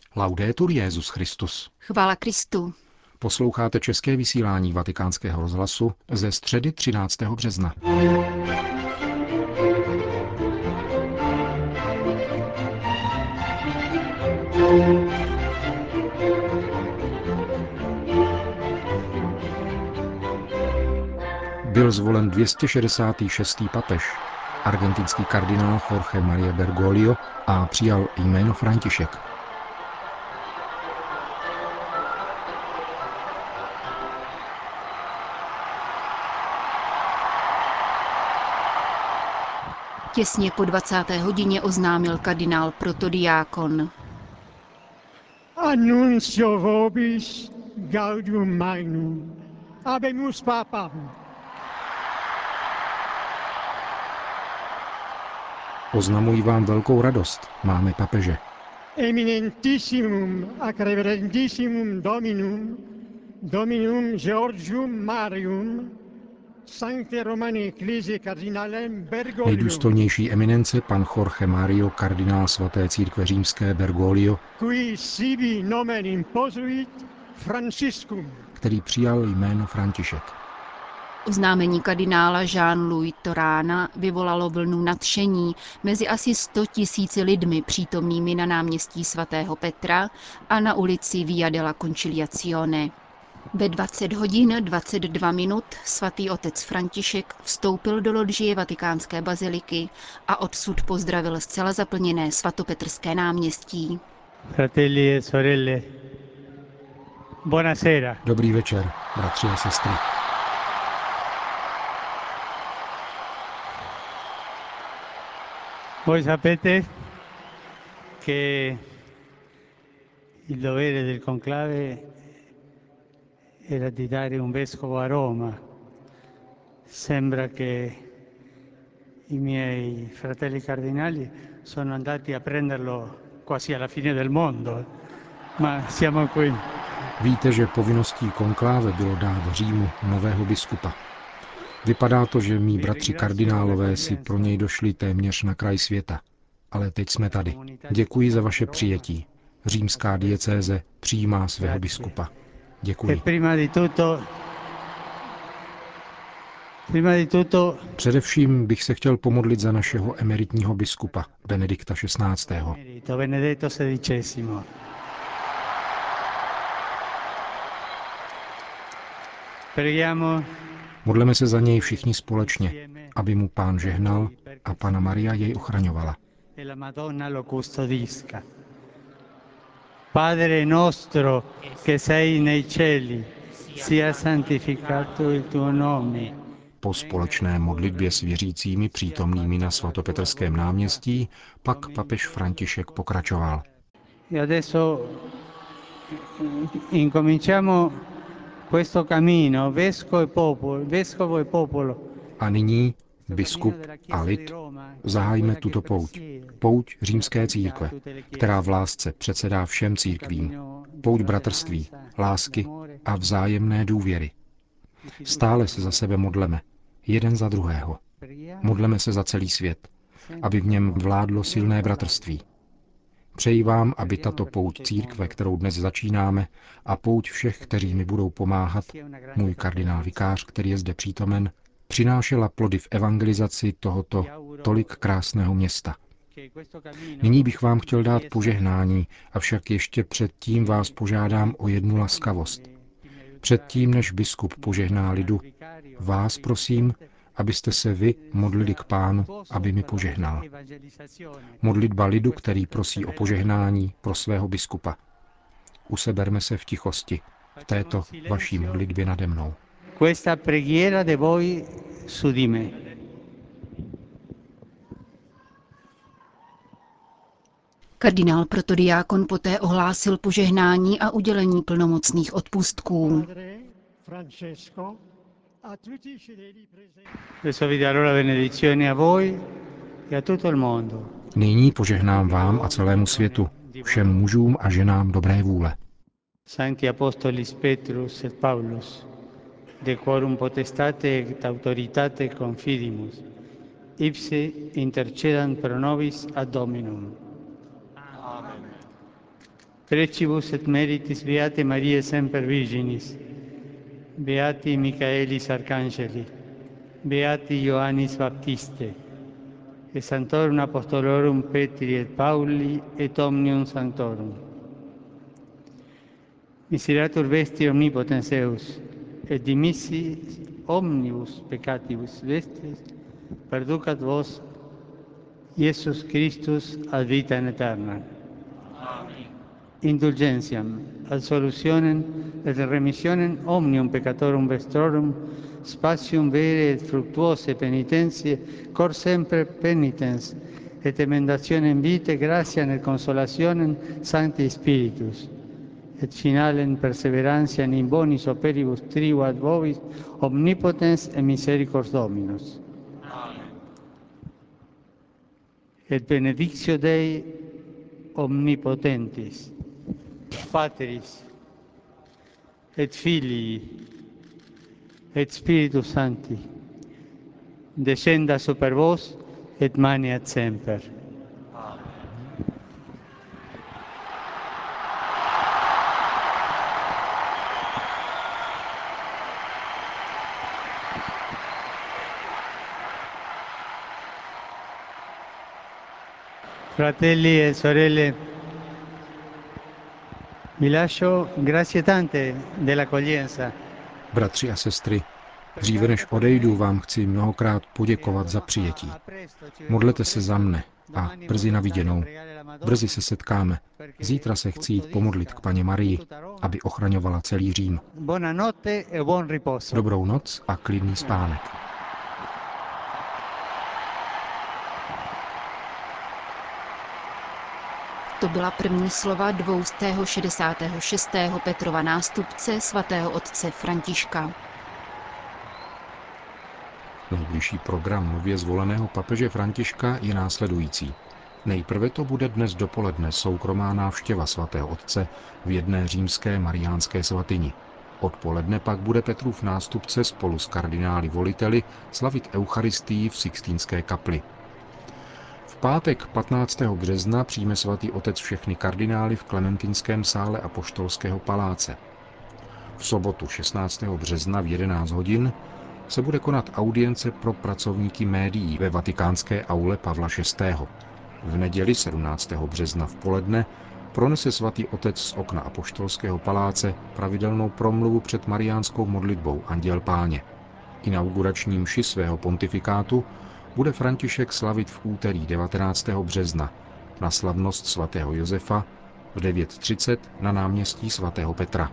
Laudetur Jesus Christus. Chvála Kristu. Posloucháte české vysílání Vatikánského rozhlasu ze středy 13. března. Byl zvolen 266. papež, argentinský kardinál Jorge María Bergoglio, a přijal jméno František. Těsně po 20. hodině oznámil kardinál protodiákon. Annuncio vobis gaudium magnum. Habemus papam. Oznamuji vám velkou radost, máme papeže. Eminentissimum ac reverentissimum Dominum Georgium Marium, Sancte Romani Ecclesiae Cardinalem Bergoglio. Nejdůstojnější eminence pan Jorge Mario, kardinál svaté církve římské Bergoglio, Qui sibi nomen imposuit Franciscum. který přijal jméno František. Oznámení kardinála Jean-Louis Torána vyvolalo vlnu nadšení mezi asi 100 000 lidmi přítomnými na náměstí svatého Petra a na ulici Via della Conciliazione. Ve 20 hodin 22 minut svatý otec František vstoupil do lodžie vatikánské baziliky a odsud pozdravil zcela zaplněné svatopetrské náměstí. Fratelli e sorelle, buonasera. Dobrý večer, bratři a sestry. Voi sapete che il dovere del conclave era di dare un vescovo a Roma. Sembra che i miei fratelli cardinali sono andati a prenderlo quasi alla fine del mondo, ma siamo qui. Víte, že povinností konkláve bylo dát Římu nového biskupa. Vypadá to, že mí bratři kardinálové si pro něj došli téměř na kraj světa. Ale teď jsme tady. Děkuji za vaše přijetí. Římská diecéze přijímá svého biskupa. Děkuji. Především bych se chtěl pomodlit za našeho emeritního biskupa, Benedikta XVI. Modleme se za něj všichni společně, aby mu Pán žehnal a Panna Maria jej ochraňovala. Padre nostro che sei nei cieli, sia santificato il tuo nome. Po společné modlitbě s věřícími přítomnými na svatopetrském náměstí pak papež František pokračoval. E adesso incominciamo questo cammino, vescovo e popolo. A nyní, biskup a lid, zahájíme tuto pouť. Pouť římské církve, která v lásce předsedá všem církvím. Pouť bratrství, lásky a vzájemné důvěry. Stále se za sebe modleme, jeden za druhého. Modleme se za celý svět, aby v něm vládlo silné bratrství. Přeji vám, aby tato pouť církve, kterou dnes začínáme, a pouť všech, kteří mi budou pomáhat, můj kardinál vikář, který je zde přítomen, přinášela plody v evangelizaci tohoto tolik krásného města. Nyní bych vám chtěl dát požehnání, avšak ještě předtím vás požádám o jednu laskavost. Předtím, než biskup požehná lidu, vás prosím, abyste se vy modlili k Pánu, aby mi požehnal. Modlitba lidu, který prosí o požehnání pro svého biskupa. Useberme se v tichosti, v této vaší modlitbě nade mnou. Questa preghiera de voi su di me. Kardinál protodiákon poté ohlásil požehnání a udělení plnomocných odpustků. Adesso vi darò la benedizione a voi e a tutto il mondo. Nyní požehnám vám a celému světu, všem mužům a ženám dobré vůle. Sancti Apostolis Petrus et Paulus, de quorum potestate et autoritate confidimus, ipse intercedant pro nobis ad Dominum. Amen. Precibus et meritis Beate Mariae Semper Virginis, Beati Michaelis Arcangeli, Beati Ioannis Baptiste, et Sanctorum Apostolorum Petri et Pauli et omnium sanctorum. Miserator vesti omnipotens Deus, et dimissi omnibus peccatibus vestis, perducat vos, Iesus Christus, ad vitam aeternam. Indulgentiam, absolutionem et remissionem omnium peccatorum vestrorum, spatium vere et fructuose penitentiae, cor semper penitens, et emendationem vitae, gratiam et consolationem Sancti Spiritus, et finalem perseverantiam in bonis operibus tribuat vobis, omnipotens et misericordias Dominus. Et benedictio Dei omnipotentis, Patris, et Filii, et Spiritus Sancti, descenda super vos et maniat semper. Fratelli e sorelle, vi lascio grazie tante dell'accoglienza. Bratři a sestry, dříve než odejdu, vám chci mnohokrát poděkovat za přijetí. Modlete se za mne a brzy na viděnou. Brzy se setkáme. Zítra se chci jít pomodlit k Panně Marii, aby ochraňovala celý Řím. Dobrou noc a klidný spánek. To byla první slova 266. Petrova nástupce svatého otce Františka. Nejbližší program nově zvoleného papeže Františka je následující. Nejprve to bude dnes dopoledne soukromá návštěva svatého otce v jedné římské mariánské svatyni. Odpoledne pak bude Petrův nástupce spolu s kardinály voliteli slavit eucharistii v Sixtínské kapli. V pátek 15. března přijme svatý otec všechny kardinály v Klementinském sále Apoštolského paláce. V sobotu 16. března v 11 hodin se bude konat audience pro pracovníky médií ve vatikánské aule Pavla VI. V neděli 17. března v poledne pronese svatý otec z okna Apoštolského paláce pravidelnou promluvu před mariánskou modlitbou Anděl Páně. Inaugurační mši svého pontifikátu bude František slavit v úterý 19. března na slavnost svatého Josefa v 9:30 na náměstí svatého Petra.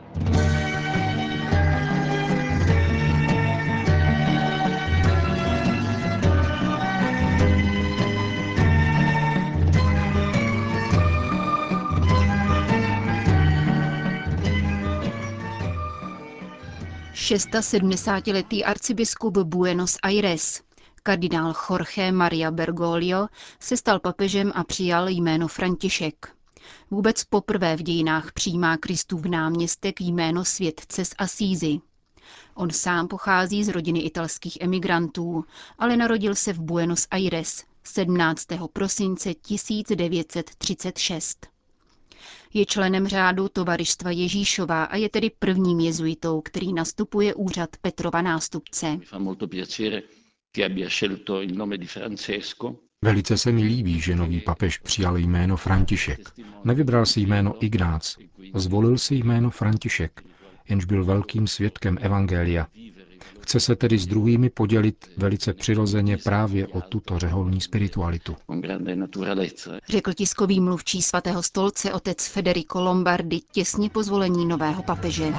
Šestasedmdesátiletý arcibiskup Buenos Aires, kardinál Jorge Maria Bergoglio, se stal papežem a přijal jméno František. Vůbec poprvé v dějinách přijímá Kristův náměstek jméno světce z Asízy. On sám pochází z rodiny italských emigrantů, ale narodil se v Buenos Aires 17. prosince 1936. Je členem řádu Tovarištva Ježíšova a je tedy prvním jezuitou, který nastupuje úřad Petrova nástupce. Velice se mi líbí, že nový papež přijal jméno František. Nevybral si jméno Ignác, zvolil si jméno František, jenž byl velkým svědkem evangelia. Chce se tedy s druhými podělit velice přirozeně právě o tuto řeholní spiritualitu. Řekl tiskový mluvčí svatého stolce otec Federico Lombardi těsně po zvolení nového papeže.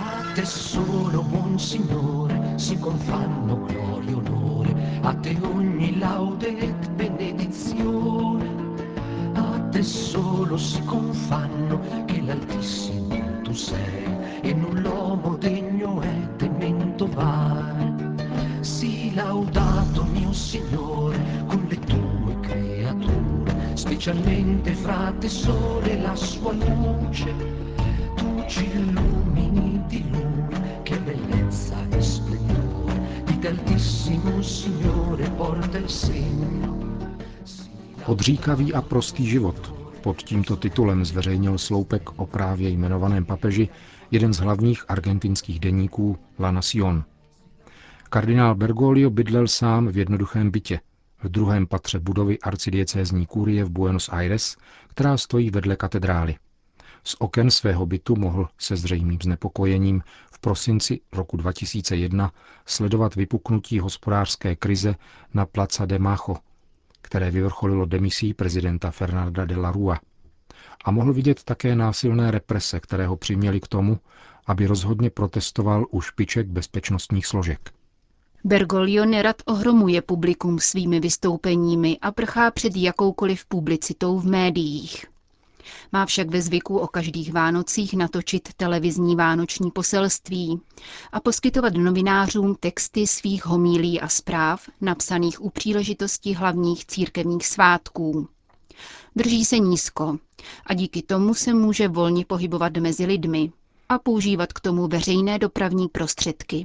Sii laudato mio Signore con le tue creature, specialmente fra te sole la sua luce. Tu ci illumini di lui, che bellezza e splendore, di te altissimo Signore porta il segno. Odříkavý a prostý život. Pod tímto titulem zveřejnil sloupek o právě jmenovaném papeži jeden z hlavních argentinských deníků La Nación. Kardinál Bergoglio bydlel sám v jednoduchém bytě, v druhém patře budovy arcidiecézní kurie v Buenos Aires, která stojí vedle katedrály. Z oken svého bytu mohl se zřejmým znepokojením v prosinci roku 2001 sledovat vypuknutí hospodářské krize na Plaza de Mayo, které vyvrcholilo demisí prezidenta Fernanda de la Rúa. A mohl vidět také násilné represe, které ho přiměly k tomu, aby rozhodně protestoval u špiček bezpečnostních složek. Bergoglio nerad ohromuje publikum svými vystoupeními a prchá před jakoukoliv publicitou v médiích. Má však ve zvyku o každých Vánocích natočit televizní vánoční poselství a poskytovat novinářům texty svých homílí a zpráv, napsaných u příležitosti hlavních církevních svátků. Drží se nízko a díky tomu se může volně pohybovat mezi lidmi a používat k tomu veřejné dopravní prostředky.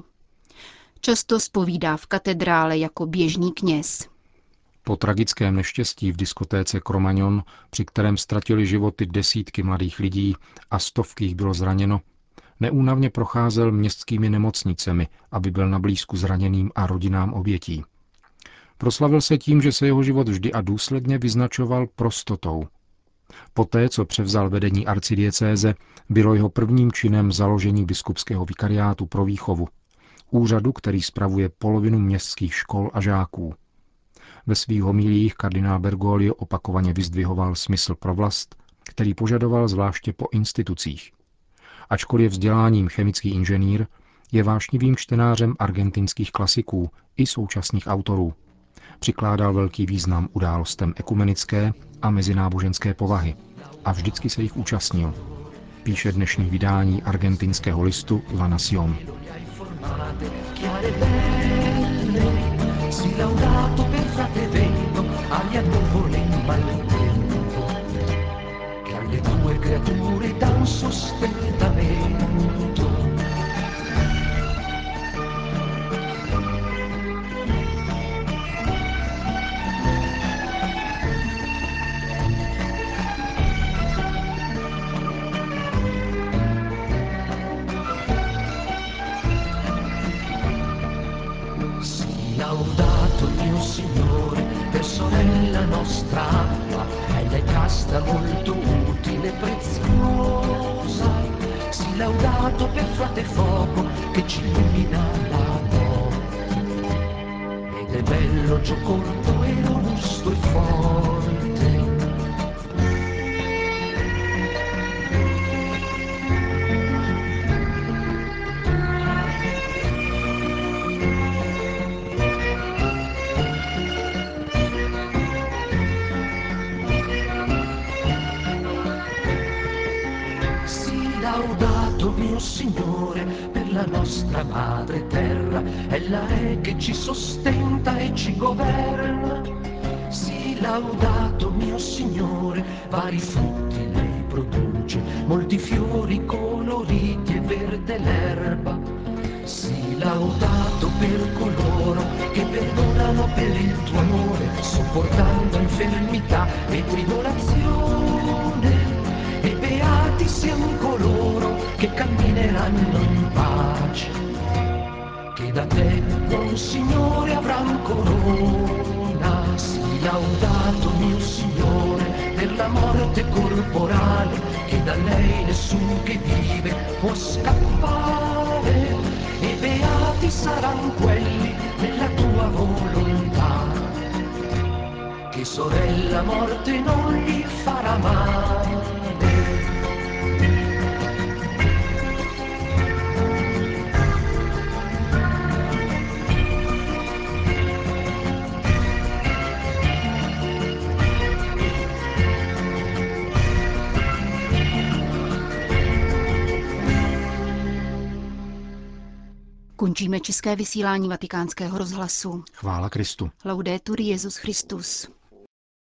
Často zpovídá v katedrále jako běžný kněz. Po tragickém neštěstí v diskotéce Cromagnon, při kterém ztratili životy desítky mladých lidí a stovky jich bylo zraněno, neúnavně procházel městskými nemocnicemi, aby byl na blízku zraněným a rodinám obětí. Proslavil se tím, že se jeho život vždy a důsledně vyznačoval prostotou. Poté, co převzal vedení arcidiecéze, bylo jeho prvním činem založení biskupského vikariátu pro výchovu, úřadu, který spravuje polovinu městských škol a žáků. Ve svých homilích kardinál Bergoglio opakovaně vyzdvihoval smysl pro vlast, který požadoval zvláště po institucích. Ačkoliv je vzděláním chemický inženýr, je vášnivým čtenářem argentinských klasiků i současných autorů. Přikládal velký význam událostem ekumenické a mezináboženské povahy a vždycky se jich účastnil, píše dnešní vydání argentinského listu La Nación. Si laudato per frate vento, agli nuvole in maltempo, che alle tue creature dan sostentamento. Laudato mio Signore, per sorella nostra Acqua, ella è casta molto utile e preziosa. Si laudato per frate Fuoco, che ci illumina la notte. Ed è bello, giocondo e robusto e forte. Laudato mio Signore per la nostra madre terra, ella è che ci sostenta e ci governa. Sì, laudato mio Signore, vari frutti lei produce, molti fiori coloriti e verde l'erba. Sì, laudato per coloro che perdonano per il tuo amore, sopportando infermità e tribolazione. E beati siano coloro che cammineranno in pace, che da te, buon Signore, avran corona. Sii laudato mio Signore per la morte corporale, che da lei nessun che vive può scappare. E beati saranno quelli nella tua volontà, che sorella morte non gli farà male. Končíme české vysílání Vatikánského rozhlasu. Chvála Kristu. Laudetur Jesus Christus.